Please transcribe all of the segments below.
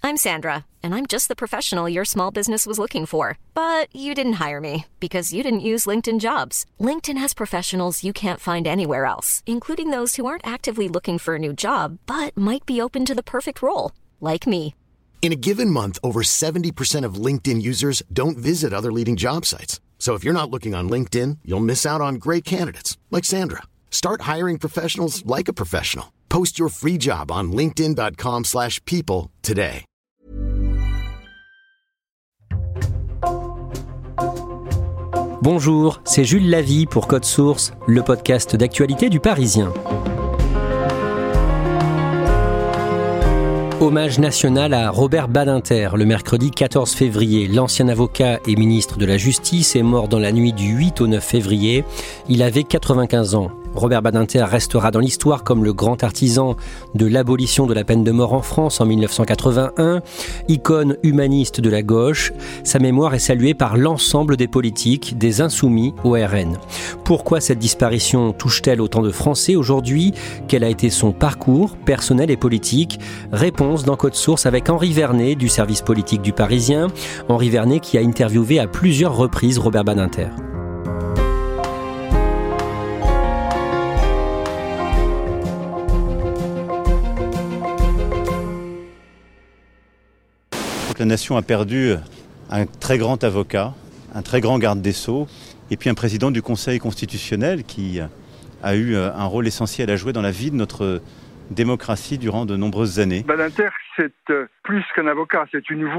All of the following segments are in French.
I'm Sandra, and I'm just the professional your small business was looking for. But you didn't hire me because you didn't use LinkedIn Jobs. LinkedIn has professionals you can't find anywhere else, including those who aren't actively looking for a new job, but might be open to the perfect role, like me. In a given month, over 70% of LinkedIn users don't visit other leading job sites. So if you're not looking on LinkedIn, you'll miss out on great candidates like Sandra. Start hiring professionals like a professional. Post your free job on linkedin.com/people today. Bonjour, c'est Jules Lavie pour Code Source, le podcast d'actualité du Parisien. Hommage national à Robert Badinter. Le mercredi 14 février, l'ancien avocat et ministre de la Justice est mort dans la nuit du 8 au 9 février. Il avait 95 ans. Robert Badinter restera dans l'histoire comme le grand artisan de l'abolition de la peine de mort en France en 1981, icône humaniste de la gauche. Sa mémoire est saluée par l'ensemble des politiques, des insoumis au RN. Pourquoi cette disparition touche-t-elle autant de Français aujourd'hui ? Quel a été son parcours personnel et politique ? Réponse dans Code Source avec Henri Vernet du service politique du Parisien. Henri Vernet qui a interviewé à plusieurs reprises Robert Badinter. La nation a perdu un très grand avocat, un très grand garde des Sceaux, et puis un président du Conseil constitutionnel qui a eu un rôle essentiel à jouer dans la vie de notre démocratie durant de nombreuses années. Badinter, c'est plus qu'un avocat, c'est une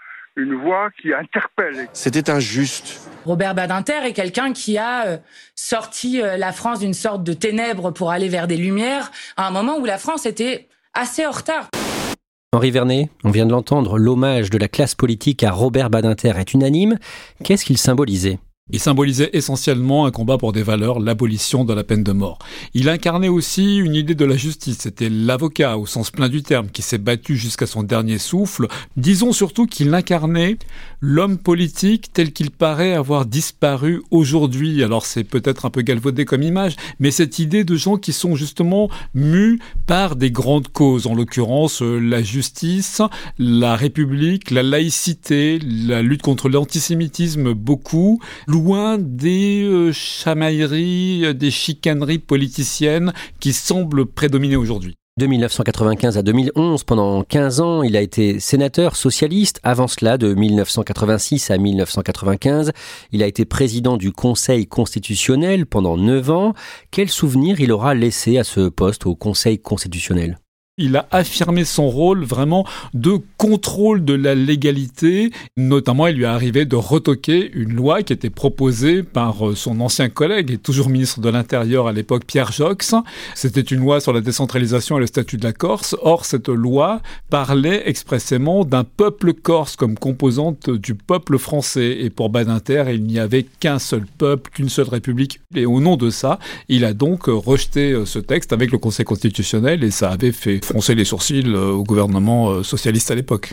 voix qui interpelle. C'était injuste. Robert Badinter est quelqu'un qui a sorti la France d'une sorte de ténèbres pour aller vers des lumières, à un moment où la France était assez en retard. Henri Vernet, on vient de l'entendre, l'hommage de la classe politique à Robert Badinter est unanime. Qu'est-ce qu'il symbolisait ? Il symbolisait essentiellement un combat pour des valeurs, l'abolition de la peine de mort. Il incarnait aussi une idée de la justice. C'était l'avocat, au sens plein du terme, qui s'est battu jusqu'à son dernier souffle. Disons surtout qu'il incarnait l'homme politique tel qu'il paraît avoir disparu aujourd'hui. Alors c'est peut-être un peu galvaudé comme image, mais cette idée de gens qui sont justement mus par des grandes causes, en l'occurrence la justice, la République, la laïcité, la lutte contre l'antisémitisme, beaucoup, loin des chamailleries, des chicaneries politiciennes qui semblent prédominer aujourd'hui. De 1995 à 2011, pendant 15 ans, il a été sénateur socialiste. Avant cela, de 1986 à 1995, il a été président du Conseil constitutionnel pendant 9 ans. Quel souvenir il aura laissé à ce poste au Conseil constitutionnel ? Il a affirmé son rôle vraiment de contrôle de la légalité. Notamment, il lui est arrivé de retoquer une loi qui était proposée par son ancien collègue et toujours ministre de l'Intérieur à l'époque, Pierre Joxe. C'était une loi sur la décentralisation et le statut de la Corse. Or, cette loi parlait expressément d'un peuple corse comme composante du peuple français. Et pour Badinter, il n'y avait qu'un seul peuple, qu'une seule république. Et au nom de ça, il a donc rejeté ce texte avec le Conseil constitutionnel et ça avait fait froncer les sourcils au gouvernement socialiste à l'époque.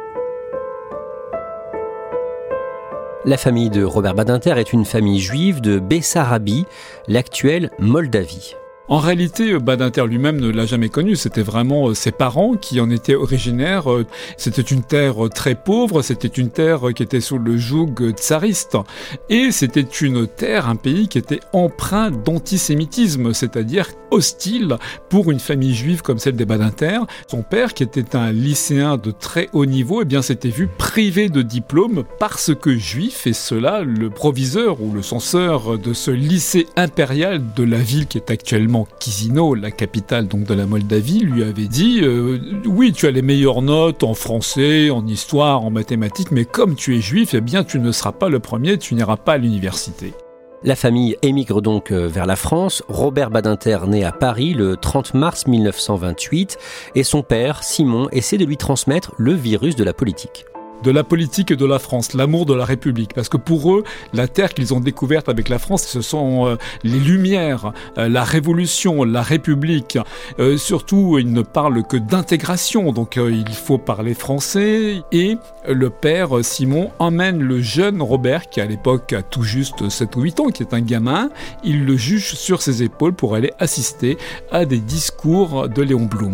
La famille de Robert Badinter est une famille juive de Bessarabie, l'actuelle Moldavie. En réalité, Badinter lui-même ne l'a jamais connu. C'était vraiment ses parents qui en étaient originaires. C'était une terre très pauvre, c'était une terre qui était sous le joug tsariste. Et c'était une terre, un pays qui était empreint d'antisémitisme, c'est-à-dire hostile pour une famille juive comme celle des Badinter. Son père, qui était un lycéen de très haut niveau, eh bien, s'était vu privé de diplôme parce que juif. Et cela, le proviseur ou le censeur de ce lycée impérial de la ville qui est actuellement Chisinau, la capitale donc de la Moldavie, lui avait dit oui, tu as les meilleures notes en français, en histoire, en mathématiques, mais comme tu es juif, eh bien tu ne seras pas le premier, tu n'iras pas à l'université. La famille émigre donc vers la France. Robert Badinter naît à Paris le 30 mars 1928 et son père, Simon, essaie de lui transmettre le virus de la politique. De la politique et de la France, l'amour de la République. Parce que pour eux, la terre qu'ils ont découverte avec la France, ce sont les Lumières, la Révolution, la République. Surtout, ils ne parlent que d'intégration, donc il faut parler français. Et le père Simon emmène le jeune Robert, qui à l'époque a tout juste 7 ou 8 ans, qui est un gamin, il le juge sur ses épaules pour aller assister à des discours de Léon Blum.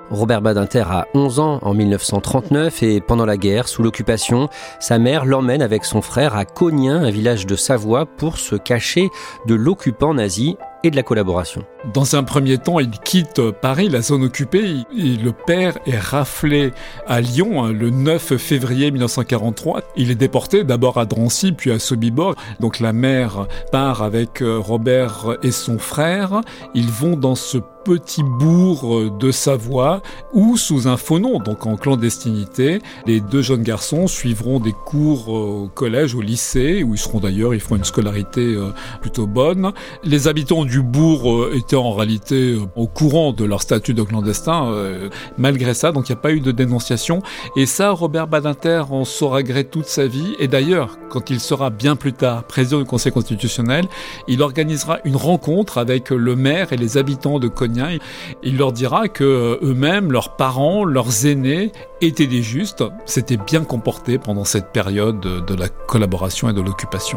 Robert Badinter a 11 ans en 1939 et pendant la guerre, sous l'occupation, sa mère l'emmène avec son frère à Cognin, un village de Savoie, pour se cacher de l'occupant nazi et de la collaboration. Dans un premier temps, il quitte Paris, la zone occupée, et le père est raflé à Lyon le 9 février 1943. Il est déporté d'abord à Drancy, puis à Sobibor. Donc la mère part avec Robert et son frère. Ils vont dans ce petit bourg de Savoie où, sous un faux nom, donc en clandestinité, les deux jeunes garçons suivront des cours au collège, au lycée, où ils feront une scolarité plutôt bonne. Les habitants du bourg étaient en réalité au courant de leur statut de clandestin, malgré ça, donc il n'y a pas eu de dénonciation. Et ça, Robert Badinter en saura gré toute sa vie. Et d'ailleurs, quand il sera bien plus tard président du Conseil constitutionnel, il organisera une rencontre avec le maire et les habitants de Cognin. Il leur dira que eux-mêmes, leurs parents, leurs aînés étaient des justes, s'étaient bien comportés pendant cette période de la collaboration et de l'occupation.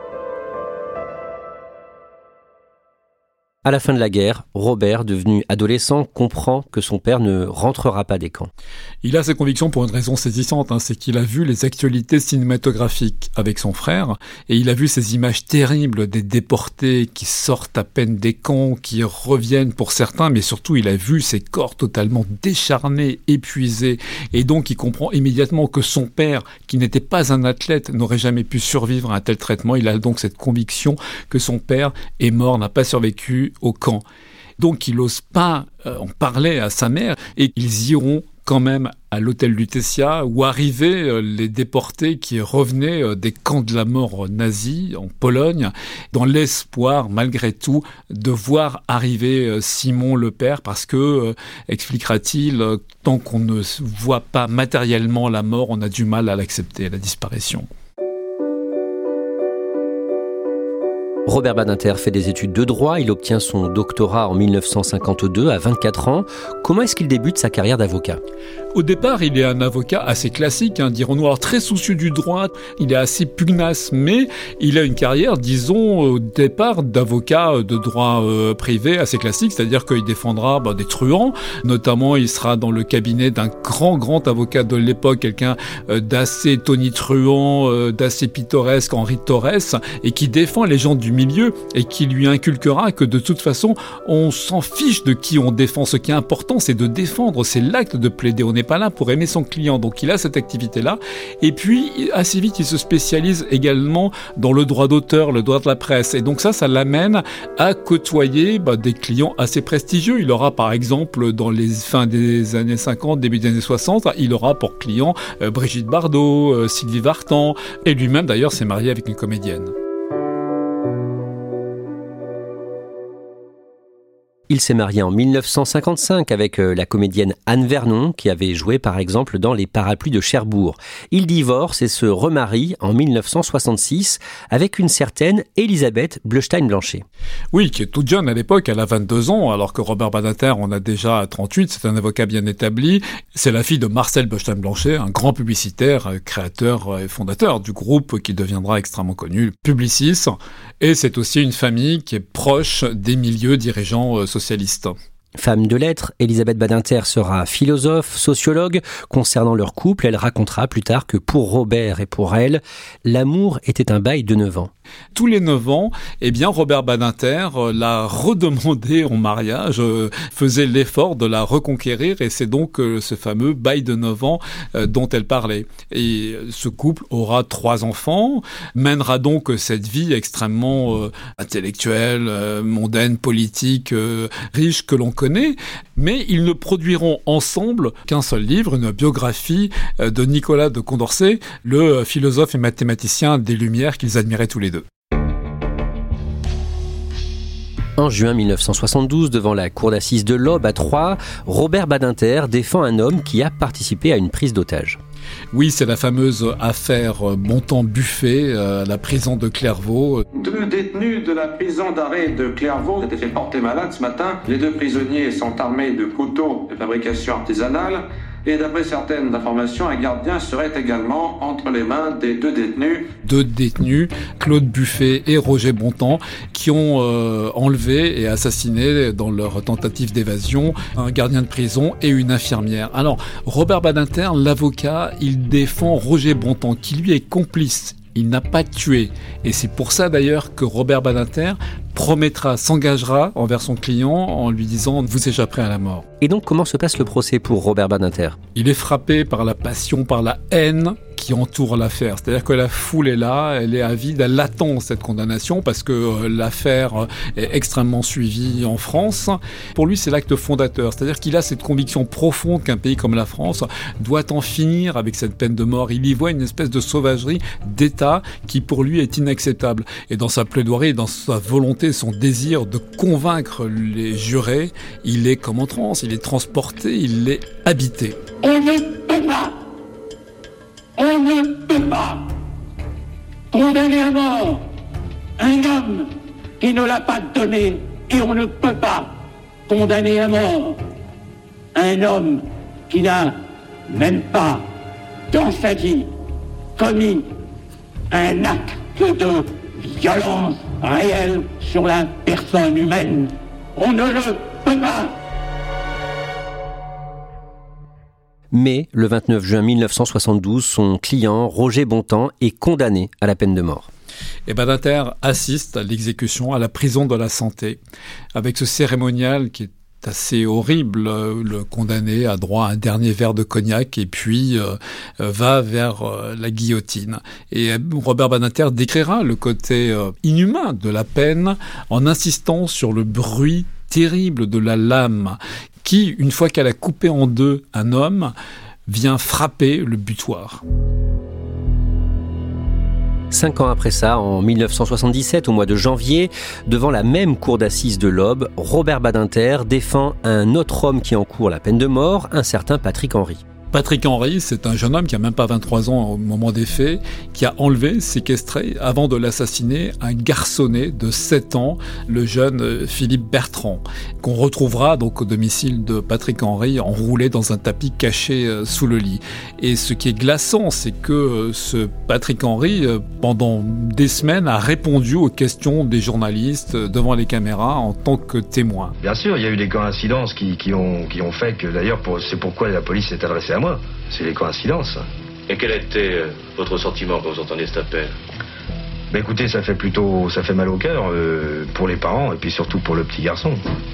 À la fin de la guerre, Robert, devenu adolescent, comprend que son père ne rentrera pas des camps. Il a ses convictions pour une raison saisissante, c'est qu'il a vu les actualités cinématographiques avec son frère, et il a vu ces images terribles des déportés qui sortent à peine des camps, qui reviennent pour certains, mais surtout il a vu ces corps totalement décharnés, épuisés, et donc il comprend immédiatement que son père, qui n'était pas un athlète, n'aurait jamais pu survivre à un tel traitement. Il a donc cette conviction que son père est mort, n'a pas survécu au camp. Donc il n'ose pas en parler à sa mère et ils iront quand même à l'hôtel Lutetia où arrivaient les déportés qui revenaient des camps de la mort nazis en Pologne dans l'espoir malgré tout de voir arriver Simon le père parce que, expliquera-t-il, tant qu'on ne voit pas matériellement la mort, on a du mal à l'accepter, la disparition. Robert Badinter fait des études de droit, il obtient son doctorat en 1952 à 24 ans. Comment est-ce qu'il débute sa carrière d'avocat ? Au départ, il est un avocat assez classique, dirons-nous, alors très soucieux du droit, il est assez pugnace, mais il a une carrière, disons, au départ, d'avocat de droit privé assez classique, c'est-à-dire qu'il défendra des truands, notamment il sera dans le cabinet d'un grand avocat de l'époque, quelqu'un d'assez tonitruant, d'assez pittoresque, Henri Torres, et qui défend les gens du milieu et qui lui inculquera que de toute façon, on s'en fiche de qui on défend. Ce qui est important, c'est de défendre, c'est l'acte de plaider. On n'est pas là pour aimer son client. Donc il a cette activité-là. Et puis, assez vite, il se spécialise également dans le droit d'auteur, le droit de la presse. Et donc ça l'amène à côtoyer des clients assez prestigieux. Il aura par exemple, dans les fins des années 50, début des années 60, il aura pour client Brigitte Bardot, Sylvie Vartan. Et lui-même, d'ailleurs, s'est marié avec une comédienne. Il s'est marié en 1955 avec la comédienne Anne Vernon, qui avait joué par exemple dans Les Parapluies de Cherbourg. Il divorce et se remarie en 1966 avec une certaine Elisabeth Bleustein-Blanchet. Oui, qui est toute jeune à l'époque, elle a 22 ans, alors que Robert Badinter en a déjà 38, c'est un avocat bien établi. C'est la fille de Marcel Bleustein-Blanchet, un grand publicitaire, créateur et fondateur du groupe qui deviendra extrêmement connu, Publicis. Et c'est aussi une famille qui est proche des milieux dirigeants socialiste. Femme de lettres, Elisabeth Badinter sera philosophe, sociologue. Concernant leur couple, elle racontera plus tard que pour Robert et pour elle, l'amour était un bail de 9 ans. Tous les 9 ans, Robert Badinter l'a redemandé en mariage, faisait l'effort de la reconquérir et c'est donc ce fameux bail de 9 ans dont elle parlait. Et ce couple aura 3 enfants, mènera donc cette vie extrêmement intellectuelle, mondaine, politique, riche que l'on connaît, mais ils ne produiront ensemble qu'un seul livre, une biographie de Nicolas de Condorcet, le philosophe et mathématicien des Lumières qu'ils admiraient tous les deux. En juin 1972, devant la cour d'assises de l'Aube à Troyes, Robert Badinter défend un homme qui a participé à une prise d'otage. Oui, c'est la fameuse affaire Bontemps-Buffet, la prison de Clairvaux. 2 détenus de la prison d'arrêt de Clairvaux s'étaient fait porter malade ce matin. Les 2 prisonniers sont armés de couteaux de fabrication artisanale Et d'après certaines informations, un gardien serait également entre les mains des deux détenus. Deux détenus, Claude Buffet et Roger Bontemps, qui ont enlevé et assassiné dans leur tentative d'évasion un gardien de prison et une infirmière. Alors, Robert Badinter, l'avocat, il défend Roger Bontemps, qui lui est complice. Il n'a pas tué. Et c'est pour ça d'ailleurs que Robert Badinter s'engagera envers son client en lui disant « vous échapperez à la mort ». Et donc, comment se passe le procès pour Robert Badinter ? Il est frappé par la passion, par la haine qui entoure l'affaire. C'est-à-dire que la foule est là, elle est avide, elle attend cette condamnation parce que l'affaire est extrêmement suivie en France. Pour lui, c'est l'acte fondateur. C'est-à-dire qu'il a cette conviction profonde qu'un pays comme la France doit en finir avec cette peine de mort. Il y voit une espèce de sauvagerie d'État qui, pour lui, est inacceptable. Et dans sa plaidoirie, dans sa volonté, son désir de convaincre les jurés, il est comme en transe, il est transporté, il est habité. On ne peut pas condamner à mort un homme qui ne l'a pas donné, et on ne peut pas condamner à mort un homme qui n'a même pas, dans sa vie, commis un acte de violence réelle sur la personne humaine. On ne le peut pas. Mais le 29 juin 1972, son client, Roger Bontemps, est condamné à la peine de mort. Et Badinter assiste à l'exécution à la prison de la Santé, avec ce cérémonial qui est assez horrible. Le condamné a droit à un dernier verre de cognac et puis va vers la guillotine. Et Robert Badinter décrira le côté inhumain de la peine en insistant sur le bruit terrible de la lame qui, une fois qu'elle a coupé en deux un homme, vient frapper le butoir. 5 ans après ça, en 1977, au mois de janvier, devant la même cour d'assises de l'Aube, Robert Badinter défend un autre homme qui encourt la peine de mort, un certain Patrick Henry. Patrick Henry, c'est un jeune homme qui a même pas 23 ans au moment des faits, qui a enlevé, séquestré, avant de l'assassiner, un garçonnet de 7 ans, le jeune Philippe Bertrand, qu'on retrouvera donc au domicile de Patrick Henry, enroulé dans un tapis caché sous le lit. Et ce qui est glaçant, c'est que ce Patrick Henry, pendant des semaines, a répondu aux questions des journalistes devant les caméras en tant que témoin. Bien sûr, il y a eu des coïncidences qui ont fait que, d'ailleurs, c'est pourquoi la police s'est adressée à moi. C'est les coïncidences. Et quel était votre sentiment quand vous entendez cet appel ? Ben écoutez, ça fait mal au cœur pour les parents et puis surtout pour le petit garçon.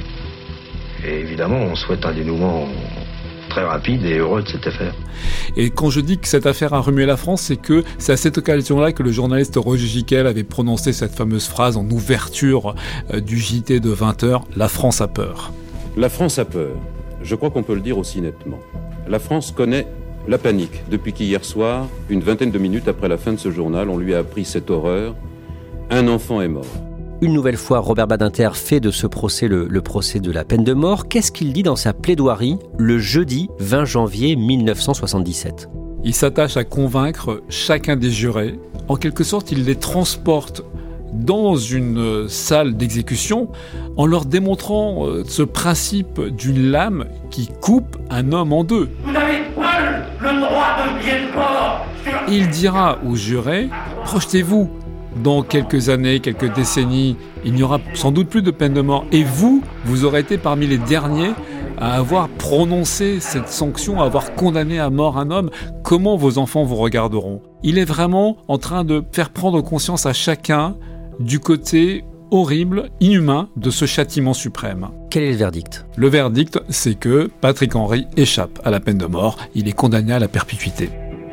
Et évidemment, on souhaite un dénouement très rapide et heureux de cette affaire. Et quand je dis que cette affaire a remué la France, c'est que c'est à cette occasion-là que le journaliste Roger Gicquel avait prononcé cette fameuse phrase en ouverture du JT de 20h, « La France a peur ». La France a peur. Je crois qu'on peut le dire aussi nettement. La France connaît la panique depuis qu'hier soir, une vingtaine de minutes après la fin de ce journal, on lui a appris cette horreur. Un enfant est mort. Une nouvelle fois, Robert Badinter fait de ce procès le procès de la peine de mort. Qu'est-ce qu'il dit dans sa plaidoirie le jeudi 20 janvier 1977 ? Il s'attache à convaincre chacun des jurés. En quelque sorte, il les transporte dans une salle d'exécution en leur démontrant ce principe d'une lame qui coupe un homme en deux. Vous n'avez pas le droit de pied de corps. Il dira aux jurés, projetez-vous, dans quelques années, quelques décennies, il n'y aura sans doute plus de peine de mort. Et vous aurez été parmi les derniers à avoir prononcé cette sanction, à avoir condamné à mort un homme. Comment vos enfants vous regarderont ? Il est vraiment en train de faire prendre conscience à chacun du côté horrible, inhumain de ce châtiment suprême. Quel est le verdict ? Le verdict, c'est que Patrick Henry échappe à la peine de mort. Il est condamné à la perpétuité.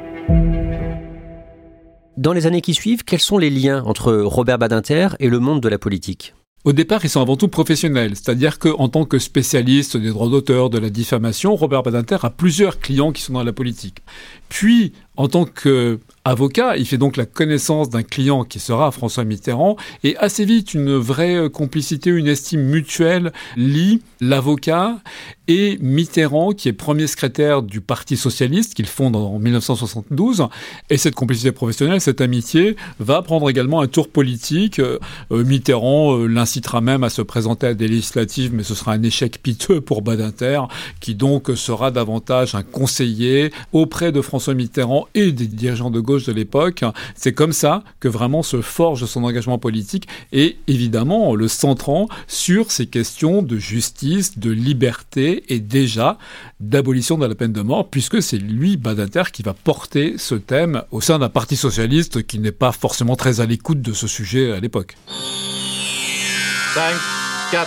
Dans les années qui suivent, quels sont les liens entre Robert Badinter et le monde de la politique ? Au départ, ils sont avant tout professionnels, c'est-à-dire qu'en tant que spécialiste des droits d'auteur, de la diffamation, Robert Badinter a plusieurs clients qui sont dans la politique. Puis, en tant qu'avocat, il fait donc la connaissance d'un client qui sera François Mitterrand, et assez vite, une vraie complicité, une estime mutuelle lie l'avocat et Mitterrand, qui est premier secrétaire du Parti socialiste, qu'il fonde en 1972. Et cette complicité professionnelle, cette amitié, va prendre également un tour politique. Mitterrand l'incite l'incitera même à se présenter à des législatives, mais ce sera un échec piteux pour Badinter, qui donc sera davantage un conseiller auprès de François Mitterrand et des dirigeants de gauche de l'époque. C'est comme ça que vraiment se forge son engagement politique et évidemment le centrant sur ces questions de justice, de liberté et déjà d'abolition de la peine de mort, puisque c'est lui, Badinter, qui va porter ce thème au sein d'un parti socialiste qui n'est pas forcément très à l'écoute de ce sujet à l'époque. 5, 4,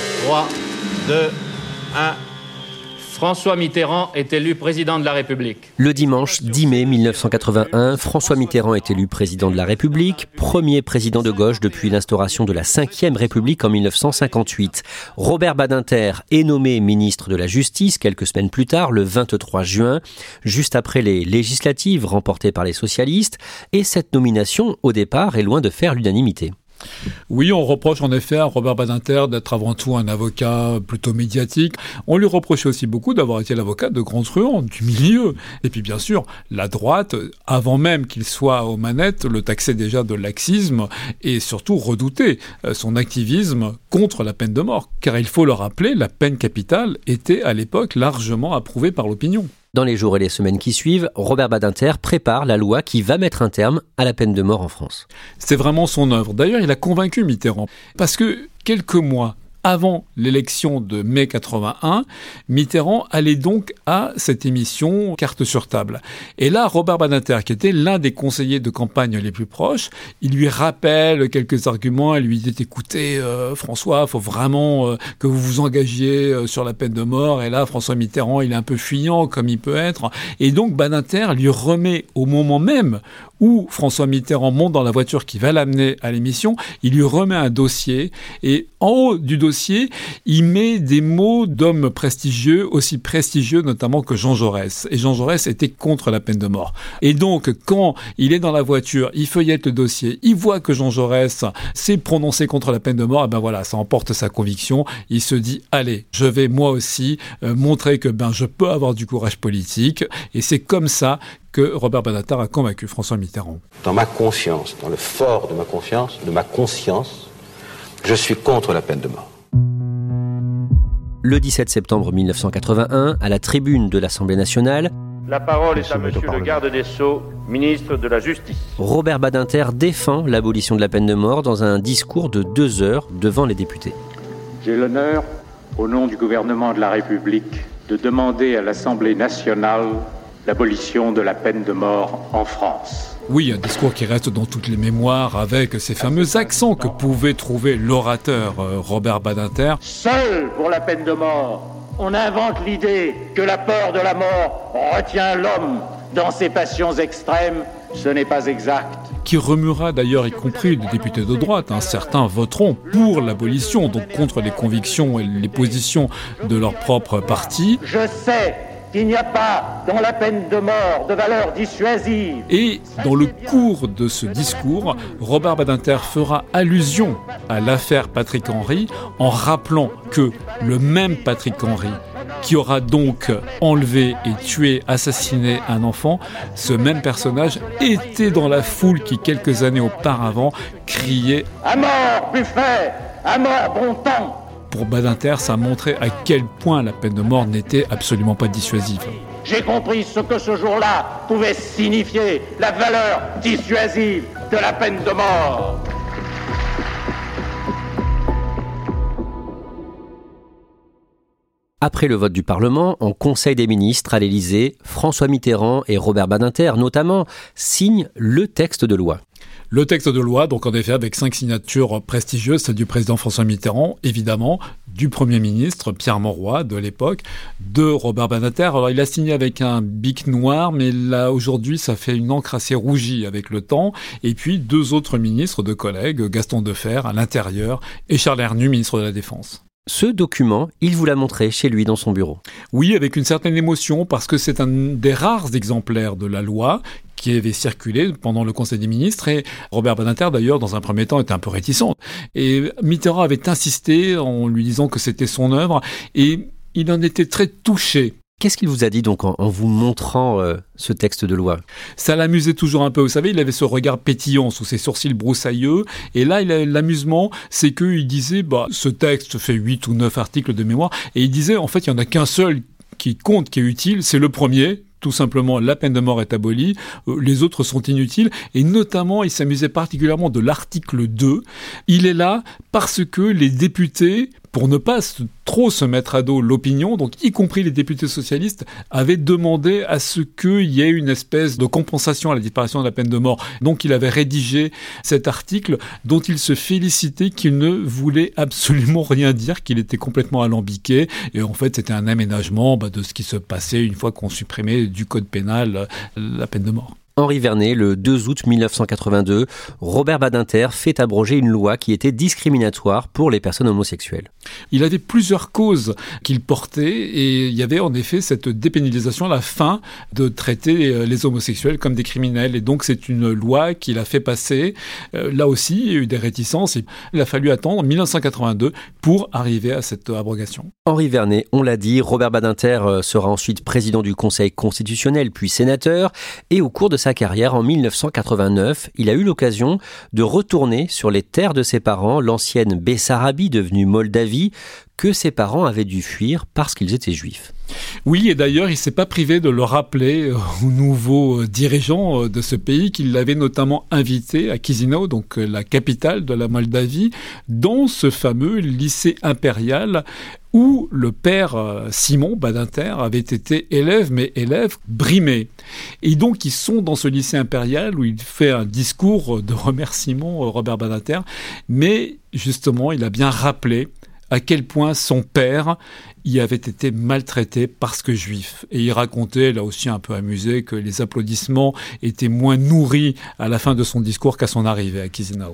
3, 2, 1... François Mitterrand est élu président de la République. Le dimanche 10 mai 1981, François Mitterrand est élu président de la République, premier président de gauche depuis l'instauration de la Ve République en 1958. Robert Badinter est nommé ministre de la Justice quelques semaines plus tard, le 23 juin, juste après les législatives remportées par les socialistes, et cette nomination, au départ, est loin de faire l'unanimité. Oui, on reproche en effet à Robert Badinter d'être avant tout un avocat plutôt médiatique. On lui reprochait aussi beaucoup d'avoir été l'avocat de grands truands du milieu. Et puis bien sûr, la droite, avant même qu'il soit aux manettes, le taxait déjà de laxisme et surtout redoutait son activisme contre la peine de mort. Car il faut le rappeler, la peine capitale était à l'époque largement approuvée par l'opinion. Dans les jours et les semaines qui suivent, Robert Badinter prépare la loi qui va mettre un terme à la peine de mort en France. C'est vraiment son œuvre. D'ailleurs, il a convaincu Mitterrand. Parce que quelques mois avant l'élection de mai 81, Mitterrand allait donc à cette émission Carte sur table. Et là, Robert Badinter, qui était l'un des conseillers de campagne les plus proches, il lui rappelle quelques arguments, il lui dit « Écoutez, François, il faut vraiment que vous vous engagiez sur la peine de mort. » Et là, François Mitterrand, il est un peu fuyant, comme il peut être. Et donc, Badinter lui remet au moment même où François Mitterrand monte dans la voiture qui va l'amener à l'émission, il lui remet un dossier et en haut du dossier, il met des mots d'hommes prestigieux, aussi prestigieux notamment que Jean Jaurès. Et Jean Jaurès était contre la peine de mort. Et donc, quand il est dans la voiture, il feuillette le dossier, il voit que Jean Jaurès s'est prononcé contre la peine de mort, et ben voilà, ça emporte sa conviction. Il se dit, allez, je vais moi aussi montrer que je peux avoir du courage politique. Et c'est comme ça que Robert Badinter a convaincu François Mitterrand. Dans ma conscience, dans le fort de ma confiance, de ma conscience, je suis contre la peine de mort. Le 17 septembre 1981, à la tribune de l'Assemblée nationale, la parole est à monsieur le garde des Sceaux, ministre de la Justice. Robert Badinter défend l'abolition de la peine de mort dans un discours de 2 heures devant les députés. J'ai l'honneur, au nom du gouvernement de la République, de demander à l'Assemblée nationale l'abolition de la peine de mort en France. Oui, un discours qui reste dans toutes les mémoires avec ces fameux accents que pouvait trouver l'orateur Robert Badinter. Seul pour la peine de mort, on invente l'idée que la peur de la mort retient l'homme dans ses passions extrêmes. Ce n'est pas exact. Qui remuera d'ailleurs, y compris des députés de droite. Certains voteront pour l'abolition, donc contre les convictions et les positions de leur propre parti. Je sais qu'il n'y a pas dans la peine de mort de valeur dissuasive. Et dans le cours de ce discours, Robert Badinter fera allusion à l'affaire Patrick Henry en rappelant que le même Patrick Henry, qui aura donc enlevé et tué, assassiné un enfant, ce même personnage était dans la foule qui, quelques années auparavant, criait « À mort, Buffet! À mort, bon temps !» Pour Badinter, ça montrait à quel point la peine de mort n'était absolument pas dissuasive. J'ai compris ce que ce jour-là pouvait signifier, la valeur dissuasive de la peine de mort. Après le vote du Parlement, en Conseil des ministres à l'Élysée, François Mitterrand et Robert Badinter, notamment, signent le texte de loi. Le texte de loi, donc en effet avec 5 signatures prestigieuses, celle du président François Mitterrand, évidemment, du Premier ministre Pierre Mauroy de l'époque, de Robert Badinter. Alors il a signé avec un bic noir, mais là aujourd'hui ça fait une encre assez rougie avec le temps. Et puis 2 autres ministres de collègues, Gaston Defferre à l'Intérieur et Charles Hernu, ministre de la Défense. Ce document, il vous l'a montré chez lui dans son bureau. Oui, avec une certaine émotion, parce que c'est un des rares exemplaires de la loi qui avait circulé pendant le Conseil des ministres. Et Robert Badinter, d'ailleurs, dans un premier temps, était un peu réticent. Et Mitterrand avait insisté en lui disant que c'était son œuvre. Et il en était très touché Qu'est-ce qu'il vous a dit donc en vous montrant ce texte de loi ? Ça l'amusait toujours un peu. Vous savez, il avait ce regard pétillant sous ses sourcils broussailleux. Et là, l'amusement, c'est qu'il disait, ce texte fait 8 ou 9 articles de mémoire. Et il disait, en fait, il n'y en a qu'un seul qui compte, qui est utile, c'est le premier. Tout simplement, la peine de mort est abolie, les autres sont inutiles, et notamment, il s'amusait particulièrement de l'article 2. Il est là parce que les députés, pour ne pas trop se mettre à dos l'opinion, donc y compris les députés socialistes, avaient demandé à ce qu'il y ait une espèce de compensation à la disparition de la peine de mort. Donc il avait rédigé cet article dont il se félicitait, qu'il ne voulait absolument rien dire, qu'il était complètement alambiqué, et en fait c'était un aménagement de ce qui se passait une fois qu'on supprimait du code pénal la peine de mort. Henri Vernet, le 2 août 1982, Robert Badinter fait abroger une loi qui était discriminatoire pour les personnes homosexuelles. Il avait plusieurs causes qu'il portait et il y avait en effet cette dépénalisation, la fin de traiter les homosexuels comme des criminels. Et donc c'est une loi qu'il a fait passer. Là aussi, il y a eu des réticences. Il a fallu attendre 1982 pour arriver à cette abrogation. Henri Vernet, on l'a dit, Robert Badinter sera ensuite président du Conseil constitutionnel puis sénateur. Et au cours de sa carrière, en 1989, il a eu l'occasion de retourner sur les terres de ses parents, l'ancienne Bessarabie devenue Moldavie, que ses parents avaient dû fuir parce qu'ils étaient juifs. Oui, et d'ailleurs, il ne s'est pas privé de le rappeler aux nouveaux dirigeants de ce pays, qu'il l'avait notamment invité à Chisinau, donc la capitale de la Moldavie, dans ce fameux lycée impérial où le père Simon Badinter avait été élève, mais élève brimé. Et donc, ils sont dans ce lycée impérial où il fait un discours de remerciement, Robert Badinter, mais justement, il a bien rappelé à quel point son père y avait été maltraité parce que juif. Et il racontait, là aussi un peu amusé, que les applaudissements étaient moins nourris à la fin de son discours qu'à son arrivée à Chisinau.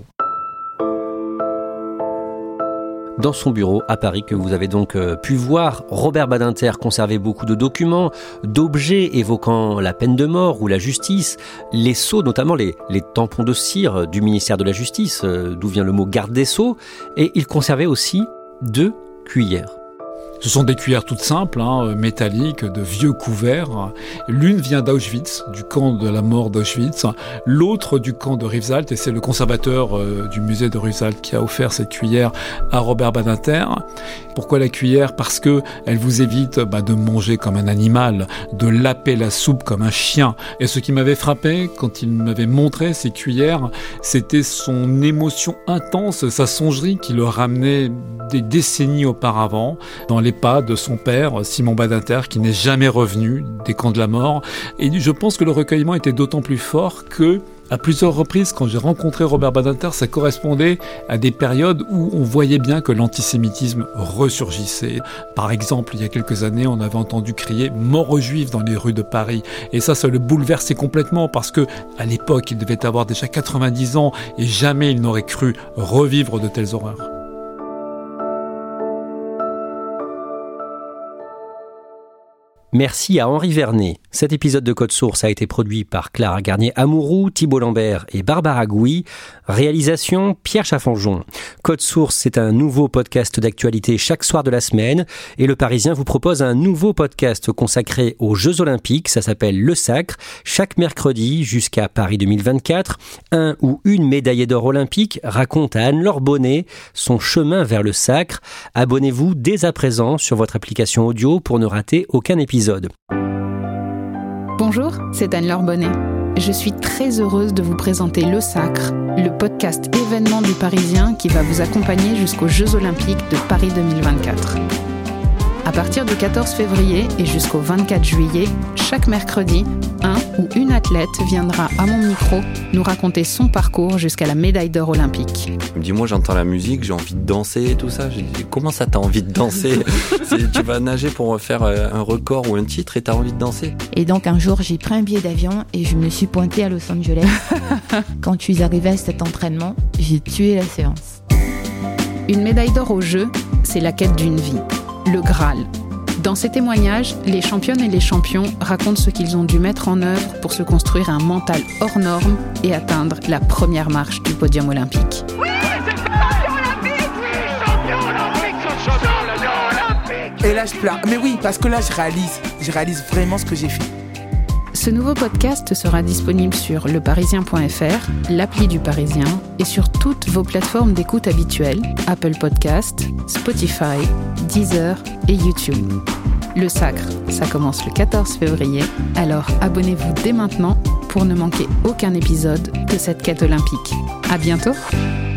Dans son bureau à Paris, que vous avez donc pu voir, Robert Badinter conservait beaucoup de documents, d'objets évoquant la peine de mort ou la justice, les sceaux, notamment les tampons de cire du ministère de la Justice, d'où vient le mot garde des sceaux, et il conservait aussi 2 cuillères. Ce sont des cuillères toutes simples, métalliques, de vieux couverts. L'une vient d'Auschwitz, du camp de la mort d'Auschwitz. L'autre du camp de Rivesaltes, et c'est le conservateur du musée de Rivesaltes qui a offert cette cuillère à Robert Badinter. Pourquoi la cuillère ? Parce que elle vous évite de manger comme un animal, de laper la soupe comme un chien. Et ce qui m'avait frappé quand il m'avait montré ces cuillères, c'était son émotion intense, sa songerie qui le ramenait des décennies auparavant, dans les pas de son père, Simon Badinter, qui n'est jamais revenu des camps de la mort. Et je pense que le recueillement était d'autant plus fort que, à plusieurs reprises, quand j'ai rencontré Robert Badinter, ça correspondait à des périodes où on voyait bien que l'antisémitisme ressurgissait. Par exemple, il y a quelques années, on avait entendu crier « mort aux Juifs » dans les rues de Paris. Et ça le bouleversait complètement parce que, à l'époque, il devait avoir déjà 90 ans et jamais il n'aurait cru revivre de telles horreurs. Merci à Henri Vernet. Cet épisode de Code Source a été produit par Clara Garnier-Amouroux, Thibault Lambert et Barbara Gouy. Réalisation, Pierre Chaffanjon. Code Source, c'est un nouveau podcast d'actualité chaque soir de la semaine. Et Le Parisien vous propose un nouveau podcast consacré aux Jeux Olympiques. Ça s'appelle Le Sacre. Chaque mercredi jusqu'à Paris 2024, un ou une médaillée d'or olympique raconte à Anne-Laure Bonnet son chemin vers le sacre. Abonnez-vous dès à présent sur votre application audio pour ne rater aucun épisode. Bonjour, c'est Anne-Laure Bonnet. Je suis très heureuse de vous présenter Le Sacre, le podcast événement du Parisien qui va vous accompagner jusqu'aux Jeux Olympiques de Paris 2024. À partir du 14 février et jusqu'au 24 juillet, chaque mercredi, un ou une athlète viendra à mon micro nous raconter son parcours jusqu'à la médaille d'or olympique. Il me dit, moi j'entends la musique, j'ai envie de danser et tout ça. J'ai dit, comment ça t'as envie de danser ? Tu vas nager pour faire un record ou un titre et t'as envie de danser ? Et donc un jour j'ai pris un billet d'avion et je me suis pointée à Los Angeles. Quand je suis arrivée à cet entraînement, j'ai tué la séance. Une médaille d'or aux Jeux, c'est la quête d'une vie. Le Graal. Dans ces témoignages, les championnes et les champions racontent ce qu'ils ont dû mettre en œuvre pour se construire un mental hors norme et atteindre la première marche du podium olympique. Oui, c'est champion olympique. Oui, champion olympique. Et là je pleure. Mais oui, parce que là je réalise. je réalise vraiment ce que j'ai fait. Ce nouveau podcast sera disponible sur leparisien.fr, l'appli du Parisien et sur toutes vos plateformes d'écoute habituelles, Apple Podcasts, Spotify, Deezer et YouTube. Le Sacre, ça commence le 14 février, alors abonnez-vous dès maintenant pour ne manquer aucun épisode de cette quête olympique. À bientôt!